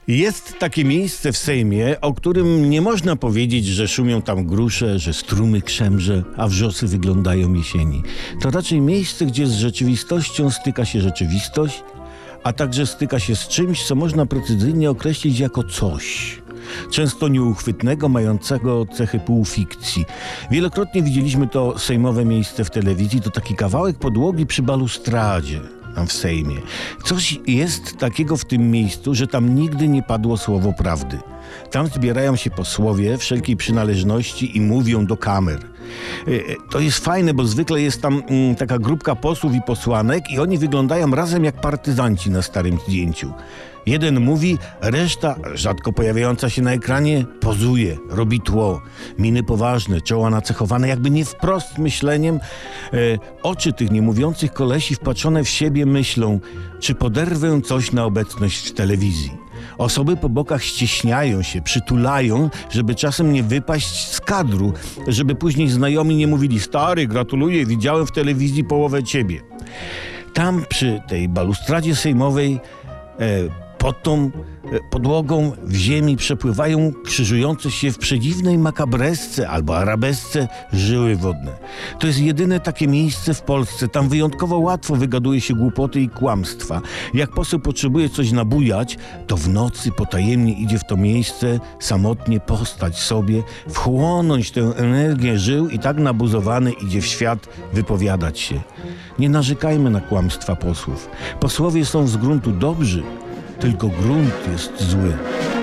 Jest takie miejsce w Sejmie, o którym nie można powiedzieć, że szumią tam grusze, że strumyk szemrze, a wrzosy wyglądają jesieni. To raczej miejsce, gdzie z rzeczywistością styka się rzeczywistość, a także styka się z czymś, co można precyzyjnie określić jako coś. Często nieuchwytnego, mającego cechy półfikcji. Wielokrotnie widzieliśmy to sejmowe miejsce w telewizji. To taki kawałek podłogi przy balustradzie tam w Sejmie. Coś jest takiego w tym miejscu, że tam nigdy nie padło słowo prawdy. Tam zbierają się posłowie wszelkiej przynależności i mówią do kamer. To jest fajne, bo zwykle jest tam taka grupka posłów i posłanek i oni wyglądają razem jak partyzanci na starym zdjęciu. Jeden mówi, reszta, rzadko pojawiająca się na ekranie, pozuje, robi tło. Miny poważne, czoła nacechowane jakby nie wprost myśleniem. Oczy tych niemówiących kolesi wpatrzone w siebie myślą, czy poderwę coś na obecność w telewizji. Osoby po bokach ścieśniają się, przytulają, żeby czasem nie wypaść z kadru, żeby później znajomi nie mówili, stary, gratuluję, widziałem w telewizji połowę ciebie. Tam przy tej balustradzie sejmowej pod tą podłogą w ziemi przepływają krzyżujące się w przedziwnej makabresce albo arabesce żyły wodne. To jest jedyne takie miejsce w Polsce. Tam wyjątkowo łatwo wygaduje się głupoty i kłamstwa. Jak poseł potrzebuje coś nabujać, to w nocy potajemnie idzie w to miejsce, samotnie postać sobie, wchłonąć tę energię żył i tak nabuzowany idzie w świat wypowiadać się. Nie narzekajmy na kłamstwa posłów. Posłowie są z gruntu dobrzy, tylko grunt jest zły.